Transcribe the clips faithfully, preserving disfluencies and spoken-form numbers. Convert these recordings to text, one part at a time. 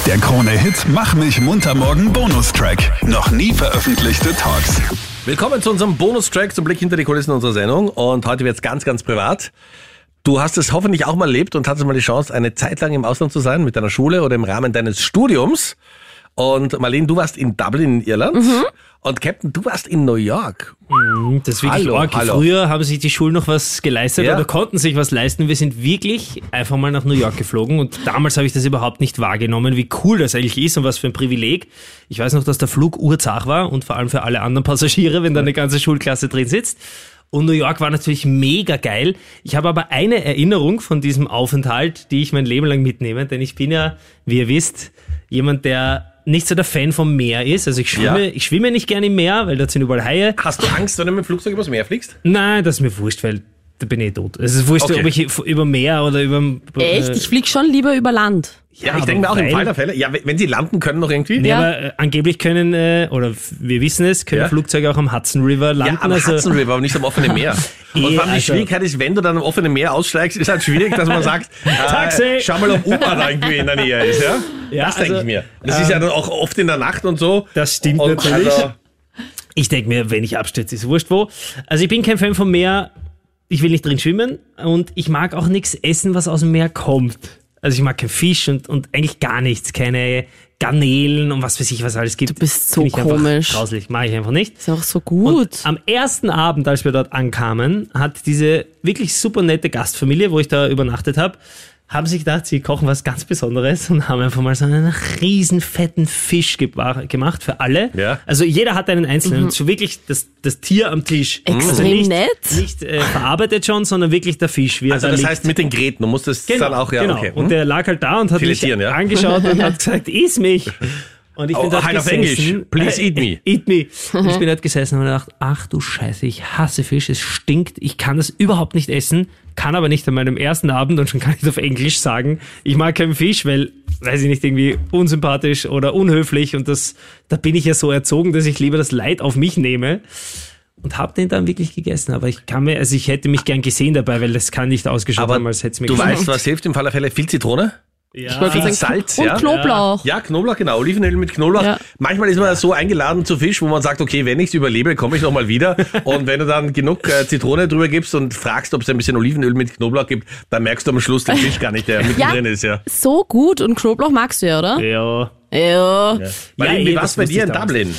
Der Krone-Hit Mach mich munter morgen Bonustrack. Noch nie veröffentlichte Talks. Willkommen zu unserem Bonustrack zum Blick hinter die Kulissen unserer Sendung. Und heute wird's ganz, ganz privat. Du hast es hoffentlich auch mal erlebt und hattest mal die Chance, eine Zeit lang im Ausland zu sein, mit deiner Schule oder im Rahmen deines Studiums. Und Marlene, du warst in Dublin in Irland. Mhm. Und Captain, du warst in New York. Das ist wirklich Hallo, arg. hallo. Früher haben sich die Schulen noch was geleistet Ja. oder konnten sich was leisten. Wir sind wirklich einfach mal nach New York geflogen und damals habe ich das überhaupt nicht wahrgenommen, wie cool das eigentlich ist und was für ein Privileg. Ich weiß noch, dass der Flug urzach war und vor allem für alle anderen Passagiere, wenn da eine ganze Schulklasse drin sitzt. Und New York war natürlich mega geil. Ich habe aber eine Erinnerung von diesem Aufenthalt, die ich mein Leben lang mitnehme, denn ich bin ja, wie ihr wisst, jemand, der nicht so der Fan vom Meer ist. Also ich schwimme, Ja. ich schwimme nicht gerne im Meer, weil dort sind überall Haie. Hast du Angst, wenn du mit dem Flugzeug übers Meer fliegst? Nein, das ist mir wurscht, weil da bin ich tot. Es ist wurscht, Okay. ob ich über Meer oder über... Echt? Äh, Ich flieg schon lieber über Land. Ja, Ja, ich denke mir auch aber im Fall weil- der Fälle. Ja, wenn sie landen können noch irgendwie. nee, Ja. aber äh, angeblich können, äh, oder f- wir wissen es, können Ja. Flugzeuge auch am Hudson River landen. Ja, am also, Hudson River, aber nicht am offenen Meer. Und Eh, vor allem die also- Schwierigkeit ist, wenn du dann am offenen Meer aussteigst, ist halt schwierig, dass man sagt, äh, Taxi! schau mal, ob U-Bahn irgendwie in der Nähe ist. Ja, Ja, das denke also, ich mir. Das ist ja dann auch oft in der Nacht und so. Das stimmt und natürlich. Also, Ich denke mir, wenn ich abstürze, ist wurscht wo. Also ich bin kein Fan vom Meer, ich will nicht drin schwimmen und ich mag auch nichts essen, was aus dem Meer kommt. Also ich mag kein Fisch und, und eigentlich gar nichts, keine Garnelen und was weiß ich, was alles gibt. Du bist so Find ich einfach komisch. grauslich, mag ich einfach nicht. Ist auch so gut. Und am ersten Abend, als wir dort ankamen, hat diese wirklich super nette Gastfamilie, wo ich da übernachtet habe, haben sich gedacht, sie kochen was ganz Besonderes und haben einfach mal so einen riesen fetten Fisch geba- gemacht für alle. Ja. Also jeder hat einen einzelnen. So wirklich das, das Tier am Tisch. Extrem also nicht, nett. Nicht äh, verarbeitet schon, sondern wirklich der Fisch, wie er also da das liegt. heißt mit den Gräten, du musst das Genau, dann auch, ja, genau. okay. Und Hm? der lag halt da und hat mich Filetieren, ja. angeschaut und hat gesagt, iss mich. Und ich bin Oh, dort halt auf gesessen. Englisch. Please eat me. Eat me. Und ich bin dort gesessen und gedacht, ach du Scheiße, ich hasse Fisch, es stinkt, ich kann das überhaupt nicht essen, kann aber nicht an meinem ersten Abend und schon kann ich auf Englisch sagen, ich mag keinen Fisch, weil, weiß ich nicht, irgendwie unsympathisch oder unhöflich und das, da bin ich ja so erzogen, dass ich lieber das Leid auf mich nehme. Und hab den dann wirklich gegessen, aber ich kann mir, also ich hätte mich gern gesehen dabei, weil das kann nicht ausgeschaut Aber haben, als hätte es mir du geschmeckt. weißt, was hilft im Fall der Fälle? Viel Zitrone? Ich Ja. wollte viel gerade sagen, Salz, und ja? Knoblauch. Ja, Knoblauch, genau. Olivenöl mit Knoblauch. Ja. Manchmal ist man so eingeladen zu Fisch, wo man sagt, okay, wenn ich es überlebe, komme ich nochmal wieder. Und wenn du dann genug äh, Zitrone drüber gibst und fragst, ob es ein bisschen Olivenöl mit Knoblauch gibt, dann merkst du am Schluss den Fisch gar nicht, der mittendrin ist, ja. So gut. Und Knoblauch magst du ja, oder? Ja. Ja. Marlene, eh, wie das war's bei wusste dir ich in damals. Dublin?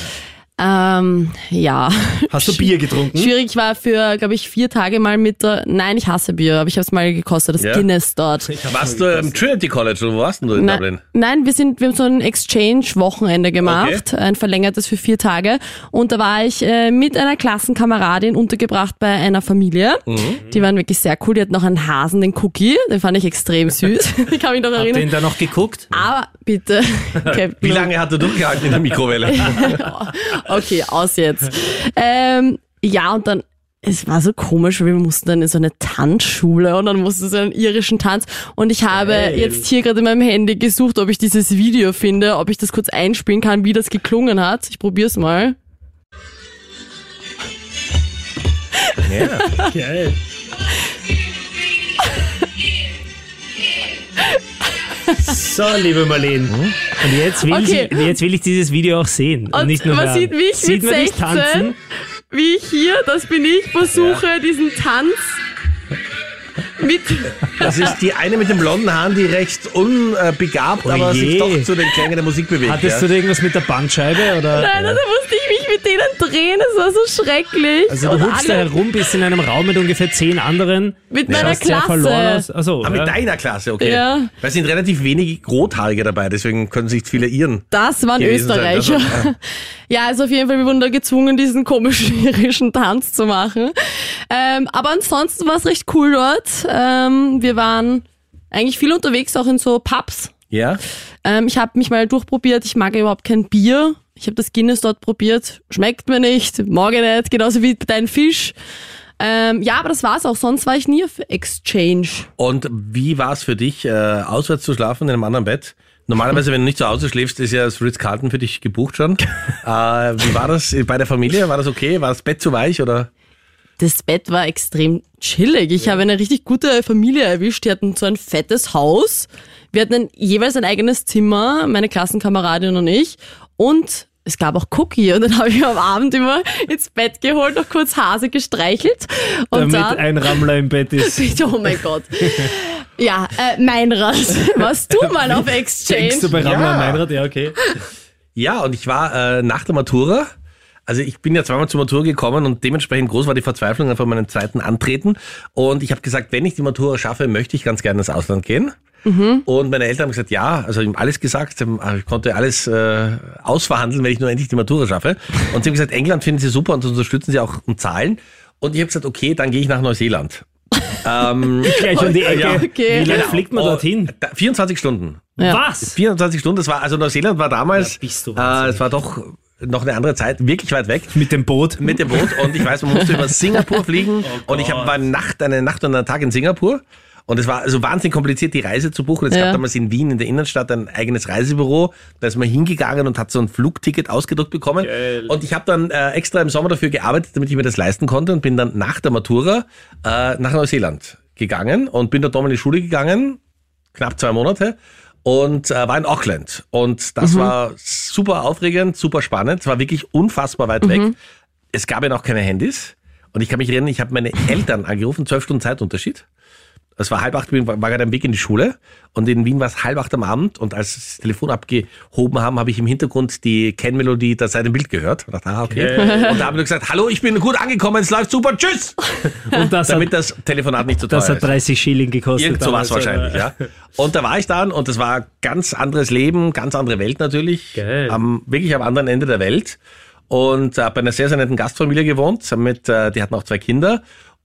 Ähm, ja. Hast du Bier getrunken? Schwierig. Ich war für, glaube ich, vier Tage mal mit der, nein, ich hasse Bier, aber ich habe es mal gekostet, das Ja. Guinness dort. Warst du im Trinity College oder wo warst denn du in Na, Dublin? nein, wir sind, wir haben so ein Exchange-Wochenende gemacht, ein verlängertes für vier Tage. Und da war ich äh, mit einer Klassenkameradin untergebracht bei einer Familie. Mhm. Die waren wirklich sehr cool. Die hatten noch einen Hasen, den Cookie. Den fand ich extrem süß. Ich kann mich noch Habt ihr erinnern. ihn da noch geguckt? Aber bitte. Captain. Wie lange hat er durchgehalten in der Mikrowelle? Okay, aus jetzt. Ähm, ja, und dann, es war so komisch, weil wir mussten dann in so eine Tanzschule und dann mussten so einen irischen Tanz. Und ich habe Geil. jetzt hier gerade in meinem Handy gesucht, ob ich dieses Video finde, ob ich das kurz einspielen kann, wie das geklungen hat. Ich probier's mal. Ja. Geil. So, liebe Marlene. Und jetzt will, Okay. ich, jetzt will ich dieses Video auch sehen. Und, Und nicht nur man hören. sieht mich Sieht mit man dich sechzehn, tanzen? wie ich hier, das bin ich, versuche diesen Tanz mit... Das ist die eine mit den blonden Haaren, die recht unbegabt, aber Oje. sich doch zu den Klängen der Musik bewegt. Hattest ja. du da irgendwas mit der Bandscheibe? Oder? Nein, da musste ich mich mit denen drehen, das war so schrecklich. Also du Und hupst da alle herum, bist in einem Raum mit ungefähr zehn anderen. mit Du meiner schaust sehr verloren aus. Klasse. Achso, Ah, mit ja. deiner Klasse, okay. Ja. Weil es sind relativ wenige Rothaarige dabei, deswegen können sich viele irren. Das waren gewesen sein. Österreicher. Das war- Ja, also auf jeden Fall, wir wurden da gezwungen, diesen komischen irischen Tanz zu machen. Ähm, aber ansonsten war es recht cool dort. Ähm, wir waren eigentlich viel unterwegs, auch in so Pubs. Ja? Ähm, ich habe mich mal durchprobiert, ich mag ja überhaupt kein Bier. Ich habe das Guinness dort probiert, schmeckt mir nicht, mag ich nicht, genauso wie dein Fisch. Ähm, ja, aber das war's auch, sonst war ich nie auf Exchange. Und wie war es für dich, äh, auswärts zu schlafen in einem anderen Bett? Normalerweise, wenn du nicht zu Hause schläfst, ist ja das Ritz-Carlton für dich gebucht schon. äh, wie war das bei der Familie? War das okay? War das Bett zu weich oder? Das Bett war extrem chillig. Ich habe eine richtig gute Familie erwischt. Die hatten so ein fettes Haus. Wir hatten ein, jeweils ein eigenes Zimmer, meine Klassenkameradin und ich. Und es gab auch Cookie. Und dann habe ich am Abend immer ins Bett geholt, noch kurz Hase gestreichelt. Und Damit dann, ein Rammler im Bett ist. oh mein Gott. Ja, äh, Meinrad, warst du mal auf Exchange? Denkst du bei Rammler Ja. und Meinrad? Ja, okay. Ja, und ich war äh, nach der Matura, also ich bin ja zweimal zur Matura gekommen und dementsprechend groß war die Verzweiflung einfach meinem zweiten Antreten. Und ich habe gesagt, wenn ich die Matura schaffe, möchte ich ganz gerne ins Ausland gehen. Mhm. Und meine Eltern haben gesagt, ja, also ihm alles gesagt, ich konnte alles äh, ausverhandeln, wenn ich nur endlich die Matura schaffe. Und sie haben gesagt, England finden sie super und das unterstützen sie auch um Zahlen. Und ich habe gesagt, okay, dann gehe ich nach Neuseeland. ähm, Gleich um die Ecke. Ja. Okay. Wie lange Genau. fliegt man Oh, dorthin? da- vierundzwanzig Stunden. Ja. Was? vierundzwanzig Stunden, das war, also Neuseeland war damals, Ja, bist du äh, wahnsinnig. es war doch noch eine andere Zeit, wirklich weit weg. Mit dem Boot? Mit dem Boot und ich weiß, man musste über Singapur fliegen und ich habe eine Nacht, eine Nacht und einen Tag in Singapur und es war also wahnsinnig kompliziert, die Reise zu buchen. Es Ja. gab damals in Wien in der Innenstadt ein eigenes Reisebüro, da ist man hingegangen und hat so ein Flugticket ausgedruckt bekommen und ich habe dann äh, extra im Sommer dafür gearbeitet, damit ich mir das leisten konnte und bin dann nach der Matura äh, nach Neuseeland gegangen und bin dort in die Schule gegangen, knapp zwei Monate. Und äh, war in Auckland. Und das mhm. war super aufregend, super spannend. Es war wirklich unfassbar weit mhm. weg. Es gab ja noch keine Handys. Und ich kann mich erinnern, ich habe meine Eltern angerufen, zwölf Stunden Zeitunterschied. Es war halb acht, ich war gerade am Weg in die Schule. Und in Wien war es halb acht am Abend. Und als sie das Telefon abgehoben haben, habe ich im Hintergrund die Kennmelodie der Seite im Bild gehört. Und dachte, ah, okay. Yeah. Und da haben wir gesagt, hallo, ich bin gut angekommen, es läuft super, tschüss. Und das Damit hat, das Telefonat nicht so teuer das hat ist. dreißig Schilling gekostet. Irgend sowas damals, wahrscheinlich, ja. Und da war ich dann und das war ganz anderes Leben, ganz andere Welt natürlich. Geil. Am, wirklich am anderen Ende der Welt. Und habe bei einer sehr, sehr netten Gastfamilie gewohnt. Mit, äh, die hatten auch zwei Kinder.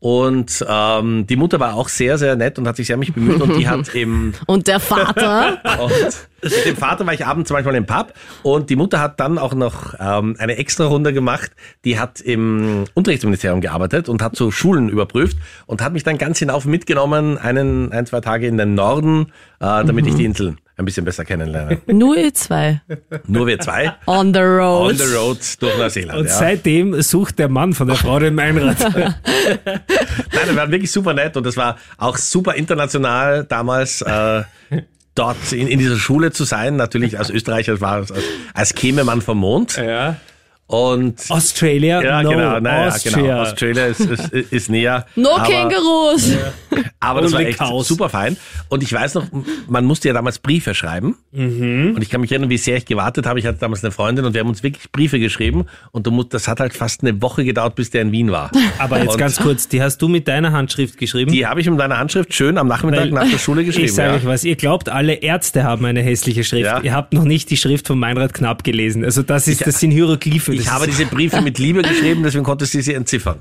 Und ähm, die Mutter war auch sehr, sehr nett und hat sich sehr um mich bemüht. Und die hat im... Und der Vater? Und mit dem Vater war ich abends manchmal im Pub. Und die Mutter hat dann auch noch ähm, eine extra Runde gemacht. Die hat im Unterrichtsministerium gearbeitet und hat so Schulen überprüft. Und hat mich dann ganz hinauf mitgenommen, einen, ein, zwei Tage in den Norden, äh, damit mhm. ich die Insel ein bisschen besser kennenlerne. Nur ihr zwei. Nur wir zwei. On the road. On the road durch Neuseeland. Und ja. seitdem sucht der Mann von der Frau den Meinrad. Nein, wir waren wirklich super nett und das war auch super international damals, äh, dort in, in dieser Schule zu sein. Natürlich als Österreicher war als, als käme man vom Mond. Ja. Und Australia, ja, no, genau, naja, Austria. genau. Australia ist, ist, ist näher. No aber, Kängurus. aber das war Only echt cows. super fein. Und ich weiß noch, man musste ja damals Briefe schreiben. Mhm. Und ich kann mich erinnern, wie sehr ich gewartet habe. Ich hatte damals eine Freundin und wir haben uns wirklich Briefe geschrieben. Und du musst, das hat halt fast eine Woche gedauert, bis der in Wien war. Aber jetzt und ganz kurz, die hast du mit deiner Handschrift geschrieben? Die habe ich mit meiner Handschrift schön am Nachmittag Weil- nach der Schule geschrieben. Ich sage ja. euch was, ihr glaubt, alle Ärzte haben eine hässliche Schrift. Ja. Ihr habt noch nicht die Schrift von Meinrad Knapp gelesen. Also das ist, das sind Hieroglyphen. Das Ich habe ist diese Briefe mit Liebe geschrieben, deswegen konntest du sie entziffern.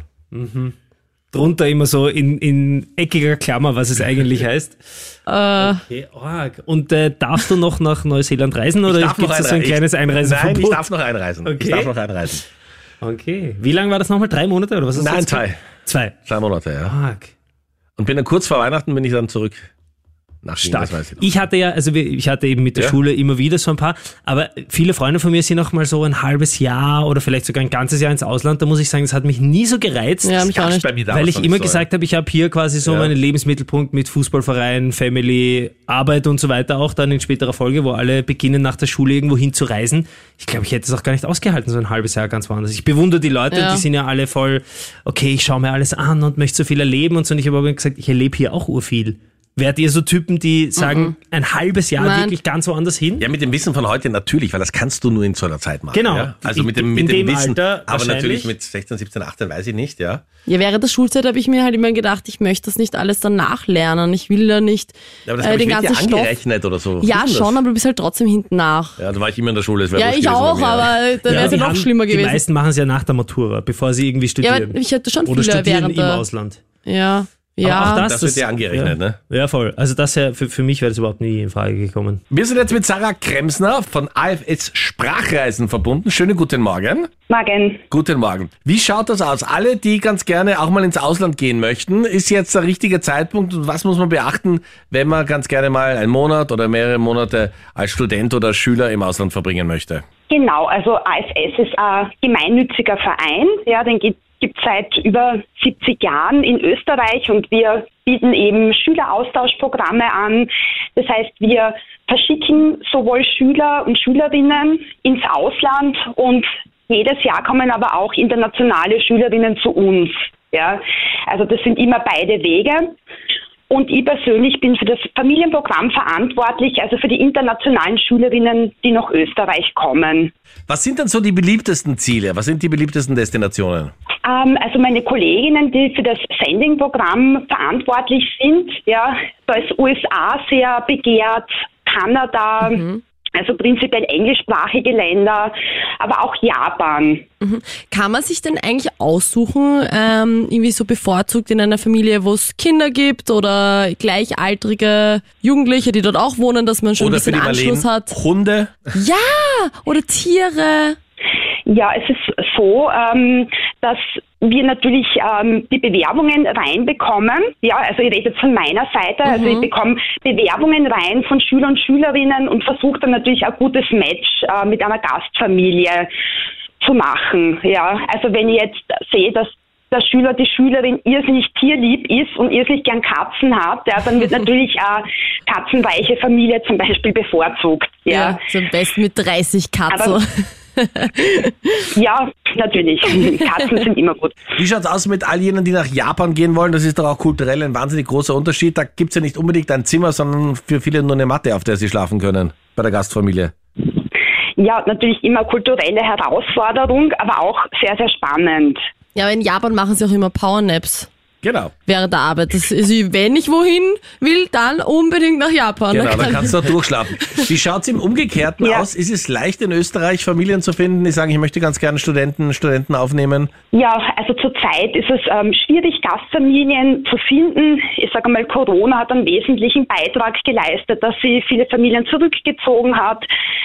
drunter immer so in, in eckiger Klammer, was es eigentlich heißt. Äh, Okay, arg. Und äh, darfst du noch nach Neuseeland reisen oder gibt es da so ein einreisen. kleines Ich- Einreiseverbot? Nein, ich darf noch einreisen. Okay. Ich darf noch einreisen. Okay. Wie lange war das nochmal? Drei Monate oder was hast du Nein, jetzt zwei. gesagt? Zwei. Zwei Monate, ja. Arg. Und bin dann kurz vor Weihnachten bin ich dann zurück nach Wien, Stark. das weiß ich noch. Ich hatte ja, also wir- ich hatte eben mit der Ja. Schule immer wieder so ein paar, aber viele Freunde von mir sind auch mal so ein halbes Jahr oder vielleicht sogar ein ganzes Jahr ins Ausland. Da muss ich sagen, das hat mich nie so gereizt. ja, mich auch Gab's nicht. bei mir damals Weil ich noch immer nicht so, gesagt habe, ich habe hier quasi so Ja. meinen Lebensmittelpunkt mit Fußballverein, Family, Arbeit und so weiter auch dann in späterer Folge, wo alle beginnen nach der Schule irgendwo hin zu reisen. Ich glaube, ich hätte es auch gar nicht ausgehalten, so ein halbes Jahr ganz woanders. Ich bewundere die Leute, Ja. die sind ja alle voll, okay, ich schaue mir alles an und möchte so viel erleben und so. Und ich habe aber gesagt, ich erlebe hier auch urviel. Wärt ihr so Typen, die sagen, Mhm. ein halbes Jahr Nein. wirklich ganz woanders hin? Ja, mit dem Wissen von heute natürlich, weil das kannst du nur in so einer Zeit machen. Genau. Ja? Also In- mit dem, in mit dem dem Wissen. Alter aber wahrscheinlich. natürlich mit sechzehn, siebzehn, achtzehn weiß ich nicht, ja. Ja, während der Schulzeit habe ich mir halt immer gedacht, ich möchte das nicht alles dann nachlernen. Ich will da nicht Ja, aber das äh, habe ich den wird dir ganzen Stoff. angerechnet oder so. Ja, Was ist denn schon, aber du bist halt trotzdem hinten nach. das? Ja, da war ich immer in der Schule. Das wäre Ja, wurscht ich gewesen bei auch, mir. aber dann wäre es ja die noch haben- schlimmer Die gewesen. meisten machen es ja nach der Matura, bevor sie irgendwie Ja, studieren. aber ich hatte schon Oder viele studieren während im der... Ausland. Ja, Aber ja. auch das, Das wird dir angerechnet, ja, ne? Ja, voll. Also das ja, für, für mich wäre das überhaupt nie in Frage gekommen. Wir sind jetzt mit Sarah Kremsner von A F S Sprachreisen verbunden. Schönen guten Morgen. Morgen. Guten Morgen. Wie schaut das aus? Alle, die ganz gerne auch mal ins Ausland gehen möchten, ist jetzt der richtige Zeitpunkt und was muss man beachten, wenn man ganz gerne mal einen Monat oder mehrere Monate als Student oder Schüler im Ausland verbringen möchte? Genau, also A F S ist ein gemeinnütziger Verein, ja, den gibt gibt es seit über siebzig Jahren in Österreich und wir bieten eben Schüleraustauschprogramme an. Das heißt, wir verschicken sowohl Schüler und Schülerinnen ins Ausland und jedes Jahr kommen aber auch internationale Schülerinnen zu uns. Ja, also das sind immer beide Wege. Und ich persönlich bin für das Familienprogramm verantwortlich, also für die internationalen Schülerinnen, die nach Österreich kommen. Was sind denn so die beliebtesten Ziele? Was sind die beliebtesten Destinationen? Ähm, also meine Kolleginnen, die für das Sending-Programm verantwortlich sind, ja, da ist U S A sehr begehrt, Kanada, mhm. also prinzipiell englischsprachige Länder, aber auch Japan. Mhm. Kann man sich denn eigentlich aussuchen, ähm, irgendwie so bevorzugt in einer Familie, wo es Kinder gibt oder gleichaltrige Jugendliche, die dort auch wohnen, dass man schon oder ein bisschen Anschluss hat? Hunde? Ja, oder Tiere. Ja, es ist so, ähm, dass wir natürlich ähm, die Bewerbungen reinbekommen. Ja, also ich rede jetzt von meiner Seite. Mhm. Also ich bekomme Bewerbungen rein von Schülern und Schülerinnen und versuche dann natürlich ein gutes Match äh, mit einer Gastfamilie zu machen. Ja, also wenn ich jetzt sehe, dass der Schüler, die Schülerin irrsinnig tierlieb ist und irrsinnig gern Katzen hat, ja, dann wird natürlich eine katzenweiche Familie zum Beispiel bevorzugt. Ja, ja, so am besten mit dreißig Katzen. Aber ja, natürlich. Katzen sind immer gut. Wie schaut's aus mit all jenen, die nach Japan gehen wollen? Das ist doch auch kulturell ein wahnsinnig großer Unterschied. Da gibt's ja nicht unbedingt ein Zimmer, sondern für viele nur eine Matte, auf der sie schlafen können bei der Gastfamilie. Ja, natürlich immer kulturelle Herausforderung, aber auch sehr, sehr spannend. Ja, aber in Japan machen sie auch immer Powernaps. Genau. Während der Arbeit. Das ist, wenn ich wohin will, dann unbedingt nach Japan. Genau, da kannst du durchschlafen. Wie schaut's im Umgekehrten ja. aus? Ist es leicht in Österreich Familien zu finden, die sagen, ich möchte ganz gerne Studenten, Studenten aufnehmen? Ja, also zurzeit ist es ähm, schwierig, Gastfamilien zu finden. Ich sage mal, Corona hat einen wesentlichen Beitrag geleistet, dass sie viele Familien zurückgezogen hat.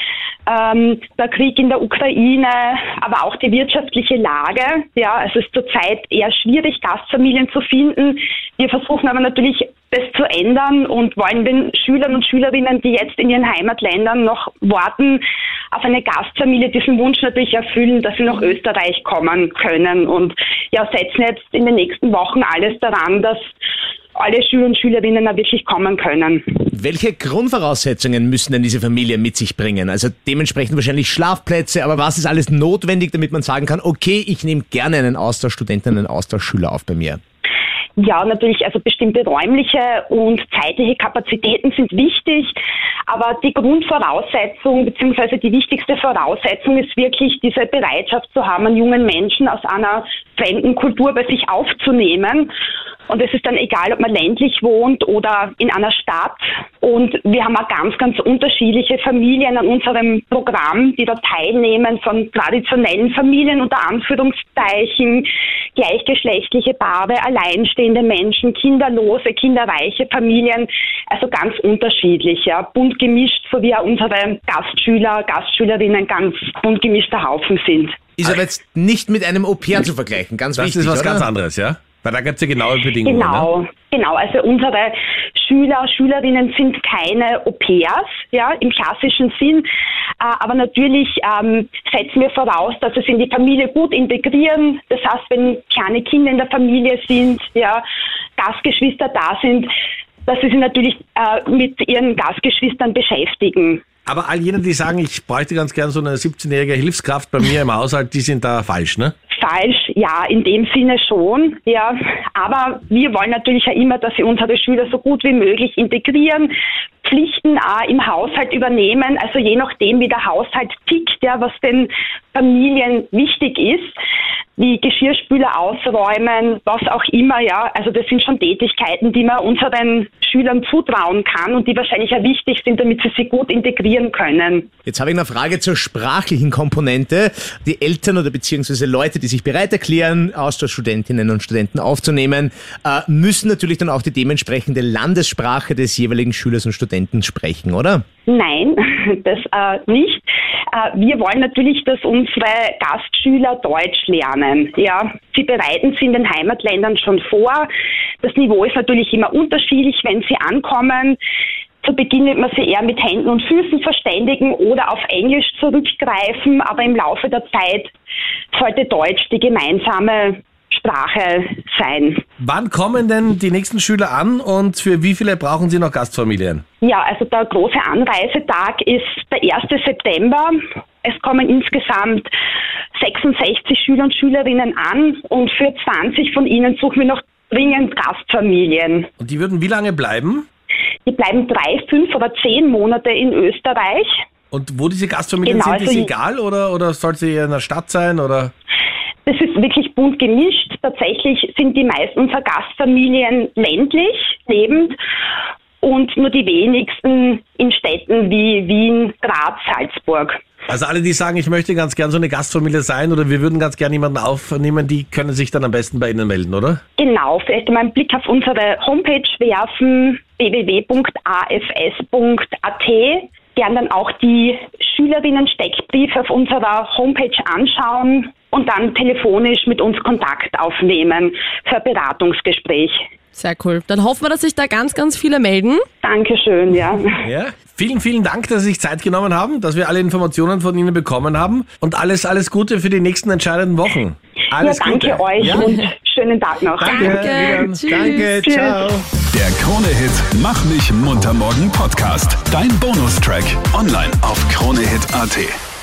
Ähm, der Krieg in der Ukraine, aber auch die wirtschaftliche Lage. Ja, es ist zurzeit eher schwierig, Gastfamilien zu finden. Wir versuchen aber natürlich, das zu ändern und wollen den Schülern und Schülerinnen, die jetzt in ihren Heimatländern noch warten, auf eine Gastfamilie diesen Wunsch natürlich erfüllen, dass sie nach Österreich kommen können. Und ja, setzen jetzt in den nächsten Wochen alles daran, dass alle Schüler und Schülerinnen auch wirklich kommen können. Welche Grundvoraussetzungen müssen denn diese Familien mit sich bringen? Also dementsprechend wahrscheinlich Schlafplätze, aber was ist alles notwendig, damit man sagen kann, okay, ich nehme gerne einen Austauschstudenten, einen Austauschschüler auf bei mir? Ja, natürlich, also bestimmte räumliche und zeitliche Kapazitäten sind wichtig, aber die Grundvoraussetzung bzw. die wichtigste Voraussetzung ist wirklich diese Bereitschaft zu haben, einen jungen Menschen aus einer fremden Kultur bei sich aufzunehmen. Und es ist dann egal, ob man ländlich wohnt oder in einer Stadt. Und wir haben auch ganz, ganz unterschiedliche Familien an unserem Programm, die da teilnehmen, von traditionellen Familien unter Anführungszeichen, gleichgeschlechtliche Paare, alleinstehende Menschen, kinderlose, kinderreiche Familien. Also ganz unterschiedlich, ja, bunt gemischt, so wie auch unsere Gastschüler, Gastschülerinnen ganz bunt gemischter Haufen sind. Ist aber jetzt nicht mit einem Au-pair zu vergleichen, ganz das wichtig, Das ist was oder? ganz anderes, ja? Weil da gibt es ja genaue Bedingungen. Genau, ne? Genau. Also unsere Schüler, Schülerinnen sind keine Au-pairs, ja, im klassischen Sinn. Äh, aber natürlich ähm, setzen wir voraus, dass sie in die Familie gut integrieren. Das heißt, wenn kleine Kinder in der Familie sind, ja, Gastgeschwister da sind, dass sie sich natürlich äh, mit ihren Gastgeschwistern beschäftigen. Aber all jene, die sagen, ich bräuchte ganz gern so eine siebzehnjährige Hilfskraft bei mir im Haushalt, die sind da falsch, ne? Falsch, ja, in dem Sinne schon, ja. Aber wir wollen natürlich auch immer, dass sie unsere Schüler so gut wie möglich integrieren, Pflichten auch im Haushalt übernehmen, also je nachdem, wie der Haushalt tickt, ja, was den Familien wichtig ist, wie Geschirrspüler ausräumen, was auch immer, ja. Also das sind schon Tätigkeiten, die man unseren Schülern zutrauen kann und die wahrscheinlich auch wichtig sind, damit sie sich gut integrieren können. Jetzt habe ich eine Frage zur sprachlichen Komponente. Die Eltern oder beziehungsweise Leute, die sich bereit erklären, Austauschstudentinnen und Studenten aufzunehmen, äh, müssen natürlich dann auch die dementsprechende Landessprache des jeweiligen Schülers und Studenten sprechen, oder? Nein, das äh, nicht. Äh, wir wollen natürlich, dass unsere Gastschüler Deutsch lernen. Ja, sie bereiten sie in den Heimatländern schon vor. Das Niveau ist natürlich immer unterschiedlich, wenn sie ankommen. Zu Beginn wird man sie eher mit Händen und Füßen verständigen oder auf Englisch zurückgreifen, aber im Laufe der Zeit sollte Deutsch die gemeinsame Sprache sein. Wann kommen denn die nächsten Schüler an und für wie viele brauchen Sie noch Gastfamilien? Ja, also der große Anreisetag ist der erste September. Es kommen insgesamt sechsundsechzig Schüler und Schülerinnen an und für zwanzig von ihnen suchen wir noch dringend Gastfamilien. Und die würden wie lange bleiben? Die bleiben drei, fünf oder zehn Monate in Österreich. Und wo diese Gastfamilien Genau, sind, ist also egal oder, oder soll sie in der Stadt sein? Oder? Das ist wirklich bunt gemischt. Tatsächlich sind die meisten unserer Gastfamilien ländlich lebend und nur die wenigsten in Städten wie Wien, Graz, Salzburg. Also alle, die sagen, ich möchte ganz gern so eine Gastfamilie sein oder wir würden ganz gern jemanden aufnehmen, die können sich dann am besten bei Ihnen melden, oder? Genau, vielleicht einmal einen Blick auf unsere Homepage werfen, w w w punkt a f s punkt a t. Gern dann auch die Schülerinnen-Steckbriefe auf unserer Homepage anschauen und dann telefonisch mit uns Kontakt aufnehmen für ein Beratungsgespräch. Sehr cool. Dann hoffen wir, dass sich da ganz, ganz viele melden. Dankeschön, ja. Ja. Vielen, vielen Dank, dass Sie sich Zeit genommen haben, dass wir alle Informationen von Ihnen bekommen haben und alles, alles Gute für die nächsten entscheidenden Wochen. Alles ja, danke Gute. euch Ja? und schönen Tag noch. Danke. Danke. Tschüss. Danke, Tschüss. ciao. Der Krone-Hit Mach mich munter morgen Podcast. Dein Bonustrack. Online auf kronehit punkt a t.